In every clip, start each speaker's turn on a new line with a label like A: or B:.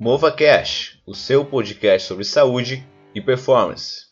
A: MovaCast, o seu podcast sobre saúde e performance.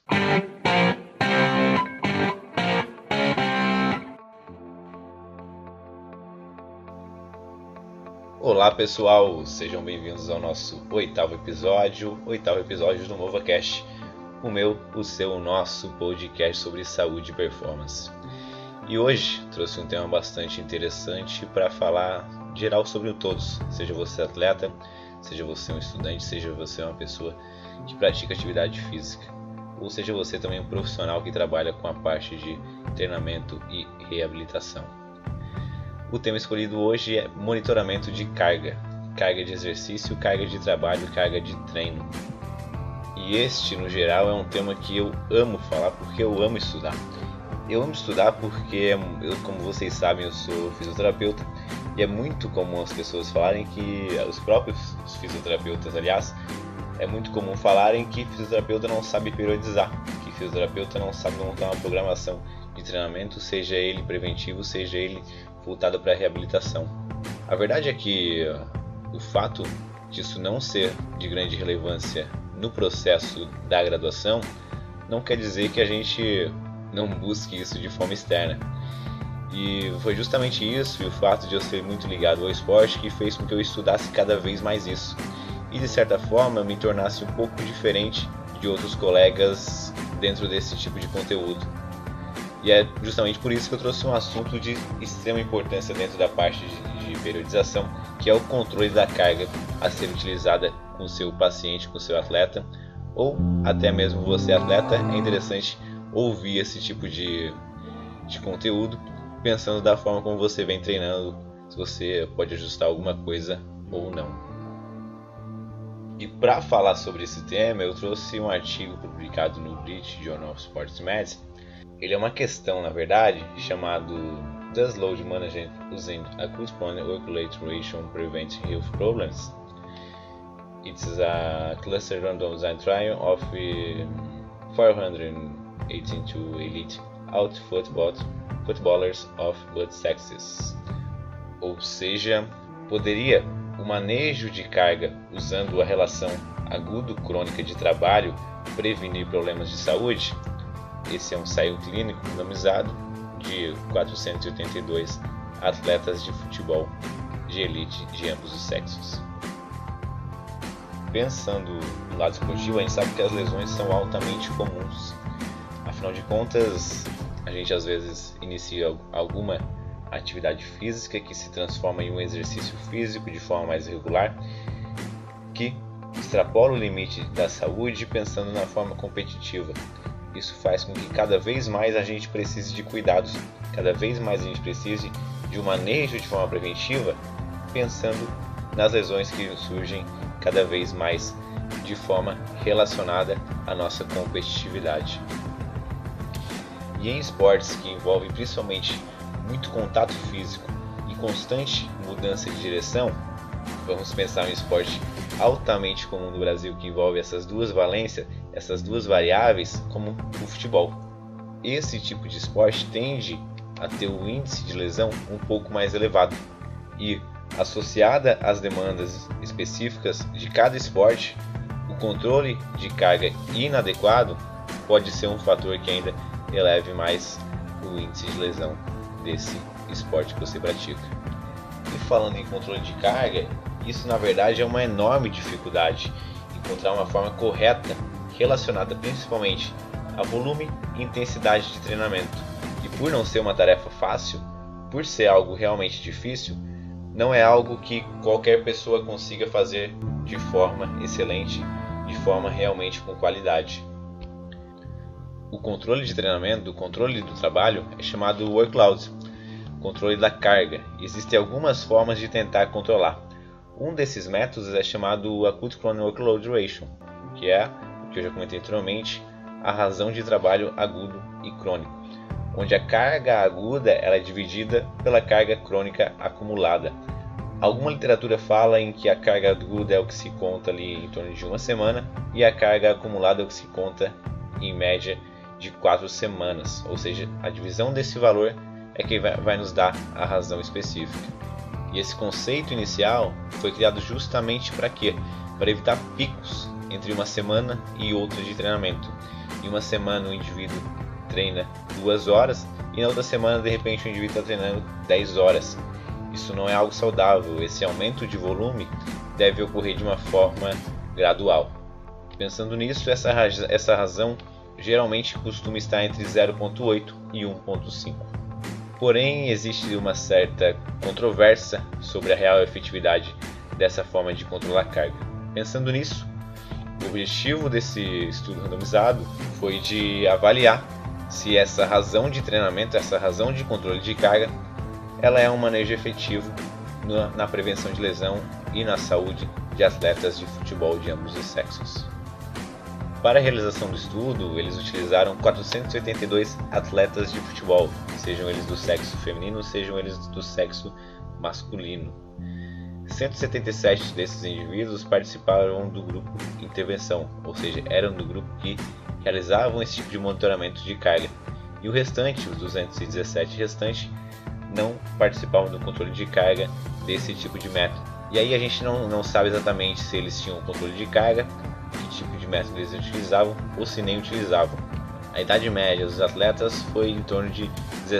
A: Olá pessoal, sejam bem-vindos ao nosso oitavo episódio do MovaCast, o meu, o seu, o nosso podcast sobre saúde e performance. E hoje trouxe um tema bastante interessante para falar geral sobre todos, seja você atleta, seja você um estudante, seja você uma pessoa que pratica atividade física, ou seja você também um profissional que trabalha com a parte de treinamento e reabilitação. O tema escolhido hoje é monitoramento de carga de exercício, carga de trabalho, carga de treino. E este, no geral, é um tema que eu amo falar porque eu amo estudar. Eu amo estudar porque, como vocês sabem, eu sou fisioterapeuta e é muito comum as pessoas falarem que, os próprios fisioterapeutas, aliás, é muito comum falarem que fisioterapeuta não sabe periodizar, que fisioterapeuta não sabe montar uma programação de treinamento, seja ele preventivo, seja ele voltado para a reabilitação. A verdade é que o fato disso não ser de grande relevância no processo da graduação não quer dizer que a gente não busque isso de forma externa. E foi justamente isso e o fato de eu ser muito ligado ao esporte que fez com que eu estudasse cada vez mais isso. E de certa forma eu me tornasse um pouco diferente de outros colegas dentro desse tipo de conteúdo. E é justamente por isso que eu trouxe um assunto de extrema importância dentro da parte de periodização, que é o controle da carga a ser utilizada com o seu paciente, com o seu atleta, ou até mesmo você atleta. É interessante ouvir esse tipo de conteúdo, pensando da forma como você vem treinando, se você pode ajustar alguma coisa ou não. E para falar sobre esse tema, eu trouxe um artigo publicado no British Journal of Sports Medicine. Ele é uma questão, na verdade, chamado Does Load Management using Acute Chronic Work-Rate Ratio Prevent Health Problems? It's a cluster randomized trial of 482 elite out footballers of both sexes. Ou seja, poderia o manejo de carga usando a relação agudo-crônica de trabalho prevenir problemas de saúde? Esse é um ensaio clínico randomizado de 482 atletas de futebol de elite de ambos os sexos. Pensando do lado esportivo, a gente sabe que as lesões são altamente comuns. Afinal de contas, a gente às vezes inicia alguma atividade física que se transforma em um exercício físico de forma mais regular, que extrapola o limite da saúde pensando na forma competitiva. Isso faz com que cada vez mais a gente precise de cuidados, cada vez mais a gente precise de um manejo de forma preventiva, pensando nas lesões que surgem cada vez mais de forma relacionada à nossa competitividade. E em esportes que envolvem principalmente muito contato físico e constante mudança de direção, vamos pensar em um esporte altamente comum no Brasil que envolve essas duas valências, essas duas variáveis, como o futebol. Esse tipo de esporte tende a ter um índice de lesão um pouco mais elevado e, associada às demandas específicas de cada esporte, o controle de carga inadequado pode ser um fator que ainda eleve mais o índice de lesão desse esporte que você pratica. E falando em controle de carga, isso na verdade é uma enorme dificuldade, encontrar uma forma correta relacionada principalmente a volume e intensidade de treinamento. E por não ser uma tarefa fácil, por ser algo realmente difícil, não é algo que qualquer pessoa consiga fazer de forma excelente, de forma realmente com qualidade. O controle de treinamento, o controle do trabalho é chamado workload, controle da carga. Existem algumas formas de tentar controlar. Um desses métodos é chamado Acute Chronic Workload Ratio, que é, o que eu já comentei anteriormente, a razão de trabalho agudo e crônico, onde a carga aguda ela é dividida pela carga crônica acumulada. Alguma literatura fala em que a carga aguda é o que se conta ali em torno de uma semana e a carga acumulada é o que se conta em média de 4 semanas, ou seja, a divisão desse valor é que vai nos dar a razão específica. E esse conceito inicial foi criado justamente para quê? Para evitar picos entre uma semana e outra de treinamento. Em uma semana o indivíduo treina 2 horas e na outra semana de repente o indivíduo está treinando 10 horas. Isso não é algo saudável, esse aumento de volume deve ocorrer de uma forma gradual. Pensando nisso, essa razão geralmente costuma estar entre 0,8 e 1,5. Porém, existe uma certa controvérsia sobre a real efetividade dessa forma de controlar a carga. Pensando nisso, o objetivo desse estudo randomizado foi de avaliar se essa razão de treinamento, essa razão de controle de carga, ela é um manejo efetivo na prevenção de lesão e na saúde de atletas de futebol de ambos os sexos. Para a realização do estudo, eles utilizaram 482 atletas de futebol, sejam eles do sexo feminino, sejam eles do sexo masculino. 177 desses indivíduos participaram do grupo intervenção, ou seja, eram do grupo que realizavam esse tipo de monitoramento de carga, e o restante, os 217 restantes, não participavam do controle de carga desse tipo de método. E aí a gente não sabe exatamente se eles tinham controle de carga, que tipo de método eles utilizavam ou se nem utilizavam. A idade média dos atletas foi em torno de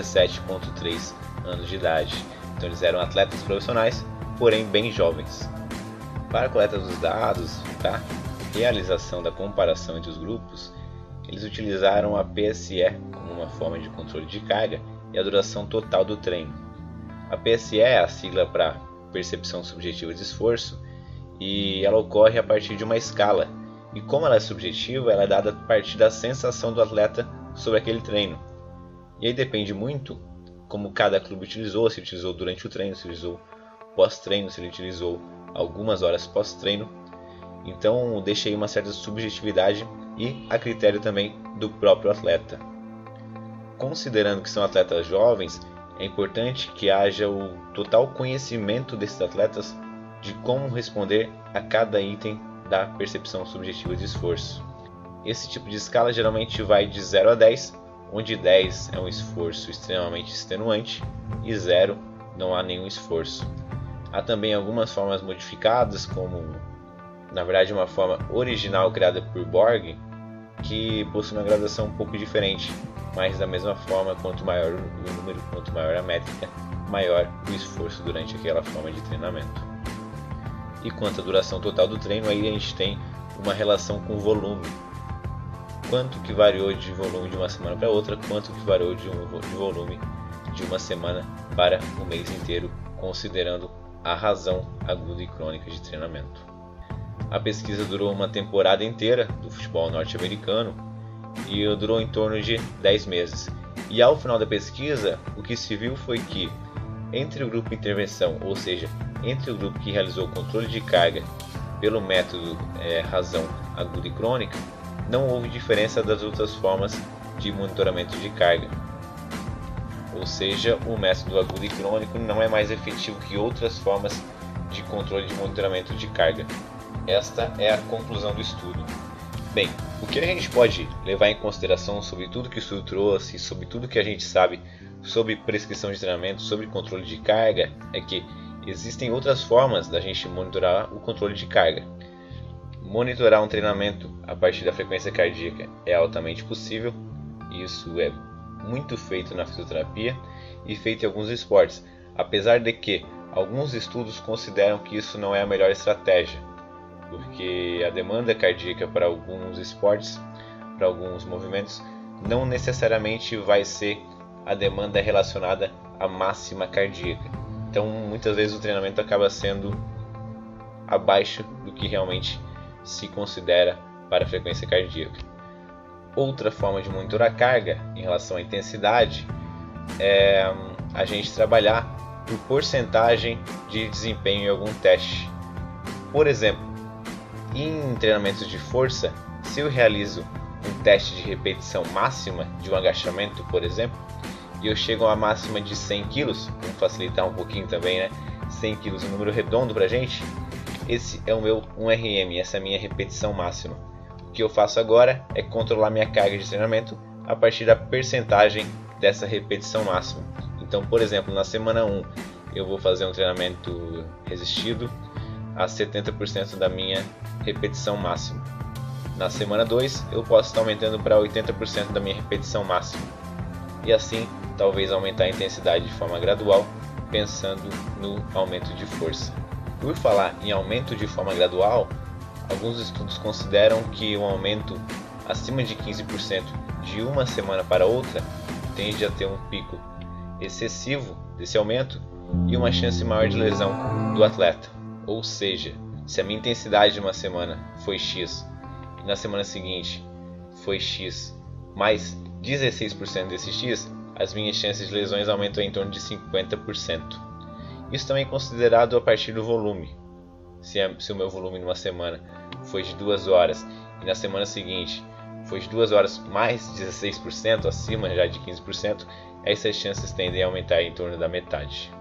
A: 17,3 anos de idade. Então eles eram atletas profissionais, porém bem jovens. Para a coleta dos dados, para realização da comparação entre os grupos, eles utilizaram a PSE como uma forma de controle de carga e a duração total do treino. A PSE é a sigla para percepção subjetiva de esforço e ela ocorre a partir de uma escala. E como ela é subjetiva, ela é dada a partir da sensação do atleta sobre aquele treino. E aí depende muito como cada clube utilizou, se utilizou durante o treino, se utilizou pós-treino, se ele utilizou algumas horas pós-treino. Então deixa aí uma certa subjetividade e a critério também do próprio atleta. Considerando que são atletas jovens, é importante que haja o total conhecimento desses atletas de como responder a cada item da percepção subjetiva de esforço. Esse tipo de escala geralmente vai de 0 a 10, onde 10 é um esforço extremamente extenuante e 0 não há nenhum esforço. Há também algumas formas modificadas, como na verdade uma forma original criada por Borg, que possui uma graduação um pouco diferente, mas da mesma forma, quanto maior o número, quanto maior a métrica, maior o esforço durante aquela forma de treinamento. E quanto à duração total do treino, aí a gente tem uma relação com o volume. Quanto que variou de volume de uma semana para outra, quanto que variou de volume de uma semana para o mês inteiro, considerando a razão aguda e crônica de treinamento. A pesquisa durou uma temporada inteira do futebol norte-americano e durou em torno de 10 meses. E ao final da pesquisa, o que se viu foi que entre o grupo de intervenção, ou seja, entre o grupo que realizou o controle de carga pelo método razão aguda e crônica, não houve diferença das outras formas de monitoramento de carga. Ou seja, o método agudo e crônico não é mais efetivo que outras formas de controle de monitoramento de carga. Esta é a conclusão do estudo. Bem, o que a gente pode levar em consideração sobre tudo que o estudo trouxe, sobre tudo que a gente sabe sobre prescrição de treinamento, sobre controle de carga, é que existem outras formas da gente monitorar o controle de carga. Monitorar um treinamento a partir da frequência cardíaca é altamente possível, isso é muito feito na fisioterapia e feito em alguns esportes, apesar de que alguns estudos consideram que isso não é a melhor estratégia, porque a demanda cardíaca para alguns esportes, para alguns movimentos, não necessariamente vai ser a demanda relacionada à máxima cardíaca. Então, muitas vezes o treinamento acaba sendo abaixo do que realmente se considera para a frequência cardíaca. Outra forma de monitorar a carga em relação à intensidade é a gente trabalhar por porcentagem de desempenho em algum teste. Por exemplo, em treinamentos de força, se eu realizo um teste de repetição máxima de um agachamento, por exemplo, e eu chego a uma máxima de 100 kg, vamos facilitar um pouquinho também, né? 100 kg, um número redondo pra gente. Esse é o meu 1RM, essa é a minha repetição máxima. O que eu faço agora é controlar minha carga de treinamento a partir da percentagem dessa repetição máxima. Então, por exemplo, na semana 1 eu vou fazer um treinamento resistido a 70% da minha repetição máxima. Na semana 2 eu posso estar aumentando para 80% da minha repetição máxima. E assim, talvez aumentar a intensidade de forma gradual, pensando no aumento de força. Por falar em aumento de forma gradual, alguns estudos consideram que um aumento acima de 15% de uma semana para outra tende a ter um pico excessivo desse aumento e uma chance maior de lesão do atleta. Ou seja, se a minha intensidade de uma semana foi X e na semana seguinte foi X mais 16% desse X, as minhas chances de lesões aumentam em torno de 50%. Isso também é considerado a partir do volume. Se o meu volume numa semana foi de 2 horas e na semana seguinte foi de 2 horas mais 16%, acima já de 15%, essas chances tendem a aumentar em torno da metade.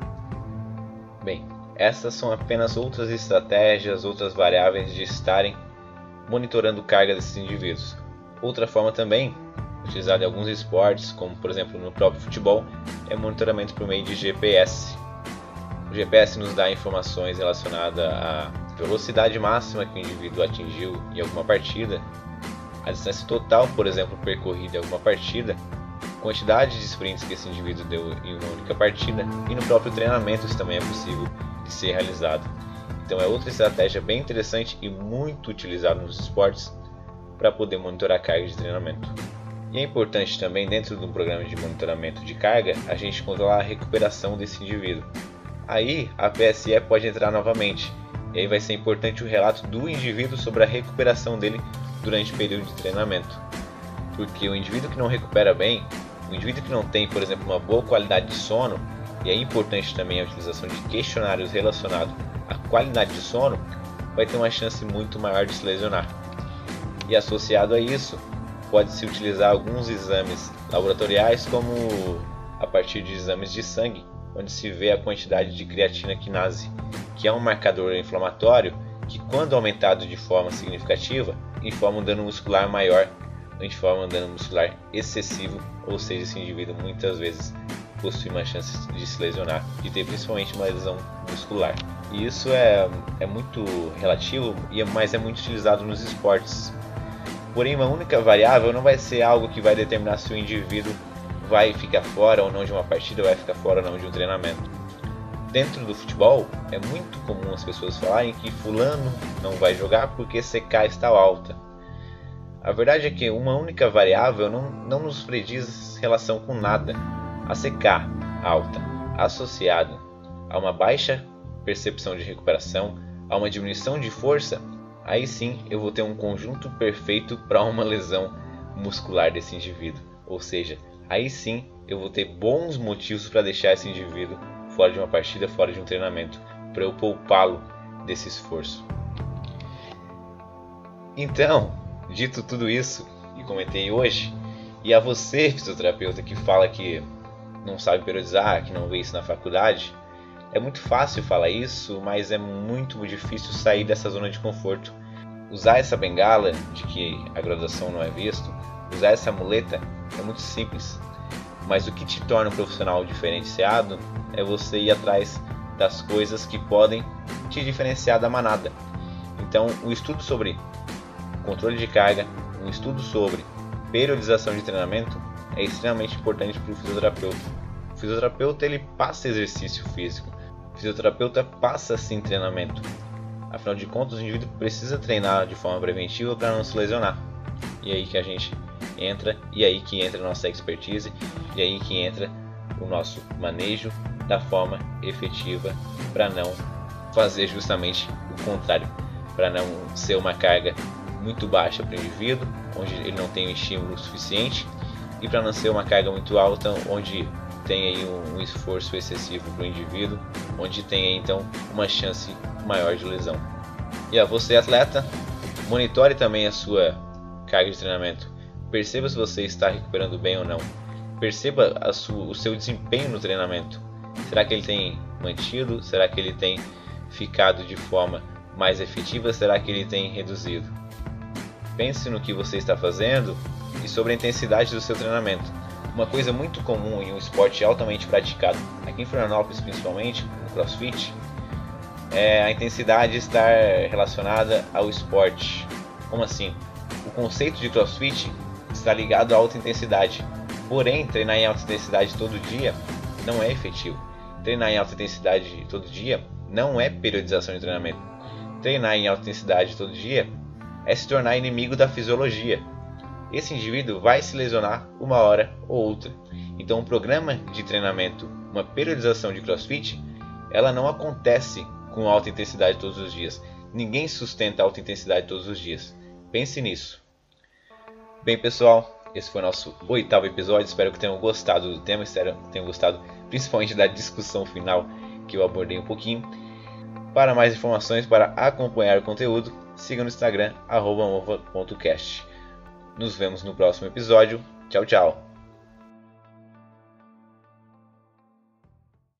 A: Bem, essas são apenas outras estratégias, outras variáveis de estarem monitorando carga desses indivíduos. Outra forma também, utilizada em alguns esportes, como por exemplo no próprio futebol, é o monitoramento por meio de GPS. O GPS nos dá informações relacionadas à velocidade máxima que o indivíduo atingiu em alguma partida, a distância total, por exemplo, percorrida em alguma partida, quantidade de sprints que esse indivíduo deu em uma única partida, e no próprio treinamento isso também é possível de ser realizado. Então é outra estratégia bem interessante e muito utilizada nos esportes para poder monitorar a carga de treinamento. E é importante também, dentro de um programa de monitoramento de carga, a gente controlar a recuperação desse indivíduo. Aí a PSE pode entrar novamente, e aí vai ser importante o relato do indivíduo sobre a recuperação dele durante o período de treinamento. Porque o indivíduo que não recupera bem, o indivíduo que não tem, por exemplo, uma boa qualidade de sono, e é importante também a utilização de questionários relacionados à qualidade de sono, vai ter uma chance muito maior de se lesionar. E associado a isso, pode-se utilizar alguns exames laboratoriais, como a partir de exames de sangue, onde se vê a quantidade de creatina quinase, que é um marcador inflamatório que, quando aumentado de forma significativa, informa um dano muscular maior, informa um dano muscular excessivo, ou seja, esse indivíduo muitas vezes possui uma chance de se lesionar, de ter principalmente uma lesão muscular. E isso é muito relativo, mas é muito utilizado nos esportes. Porém, uma única variável não vai ser algo que vai determinar se o indivíduo vai ficar fora ou não de uma partida, vai ficar fora ou não de um treinamento. Dentro do futebol, é muito comum as pessoas falarem que fulano não vai jogar porque CK está alta. A verdade é que uma única variável não nos prediz relação com nada. A CK alta, associada a uma baixa percepção de recuperação, a uma diminuição de força, aí sim eu vou ter um conjunto perfeito para uma lesão muscular desse indivíduo. Ou seja, aí sim eu vou ter bons motivos para deixar esse indivíduo fora de uma partida, fora de um treinamento, para eu poupá-lo desse esforço. Então, dito tudo isso que comentei hoje, e a você, fisioterapeuta, que fala que não sabe periodizar, que não vê isso na faculdade, é muito fácil falar isso, mas é muito difícil sair dessa zona de conforto. Usar essa bengala de que a graduação não é visto, usar essa muleta é muito simples. Mas o que te torna um profissional diferenciado é você ir atrás das coisas que podem te diferenciar da manada. Então, o estudo sobre controle de carga, um estudo sobre periodização de treinamento é extremamente importante para o fisioterapeuta. O fisioterapeuta ele passa exercício físico, o fisioterapeuta passa sim treinamento. Afinal de contas, o indivíduo precisa treinar de forma preventiva para não se lesionar. E aí que a gente entra, e aí que entra a nossa expertise, e aí que entra o nosso manejo da forma efetiva para não fazer justamente o contrário, para não ser uma carga muito baixa para o indivíduo, onde ele não tem um estímulo suficiente, e para não ser uma carga muito alta, onde tem aí um esforço excessivo para o indivíduo, onde tem aí, então uma chance maior de lesão. E a você, atleta, monitore também a sua carga de treinamento. Perceba se você está recuperando bem ou não. Perceba o seu desempenho no treinamento. Será que ele tem mantido? Será que ele tem ficado de forma mais efetiva? Será que ele tem reduzido? Pense no que você está fazendo e sobre a intensidade do seu treinamento. Uma coisa muito comum em um esporte altamente praticado, aqui em Florianópolis principalmente, no CrossFit, é a intensidade estar relacionada ao esporte. Como assim? O conceito de CrossFit está ligado à alta intensidade, porém treinar em alta intensidade todo dia não é efetivo. Treinar em alta intensidade todo dia não é periodização de treinamento. Treinar em alta intensidade todo dia é se tornar inimigo da fisiologia. Esse indivíduo vai se lesionar uma hora ou outra. Então, um programa de treinamento, uma periodização de CrossFit, ela não acontece com alta intensidade todos os dias. Ninguém sustenta alta intensidade todos os dias. Pense nisso. Bem, pessoal, esse foi o nosso 8º episódio. Espero que tenham gostado do tema. Espero que tenham gostado principalmente da discussão final que eu abordei um pouquinho. Para mais informações, para acompanhar o conteúdo, siga no Instagram @mova.cast. Nos vemos no próximo episódio. Tchau, tchau.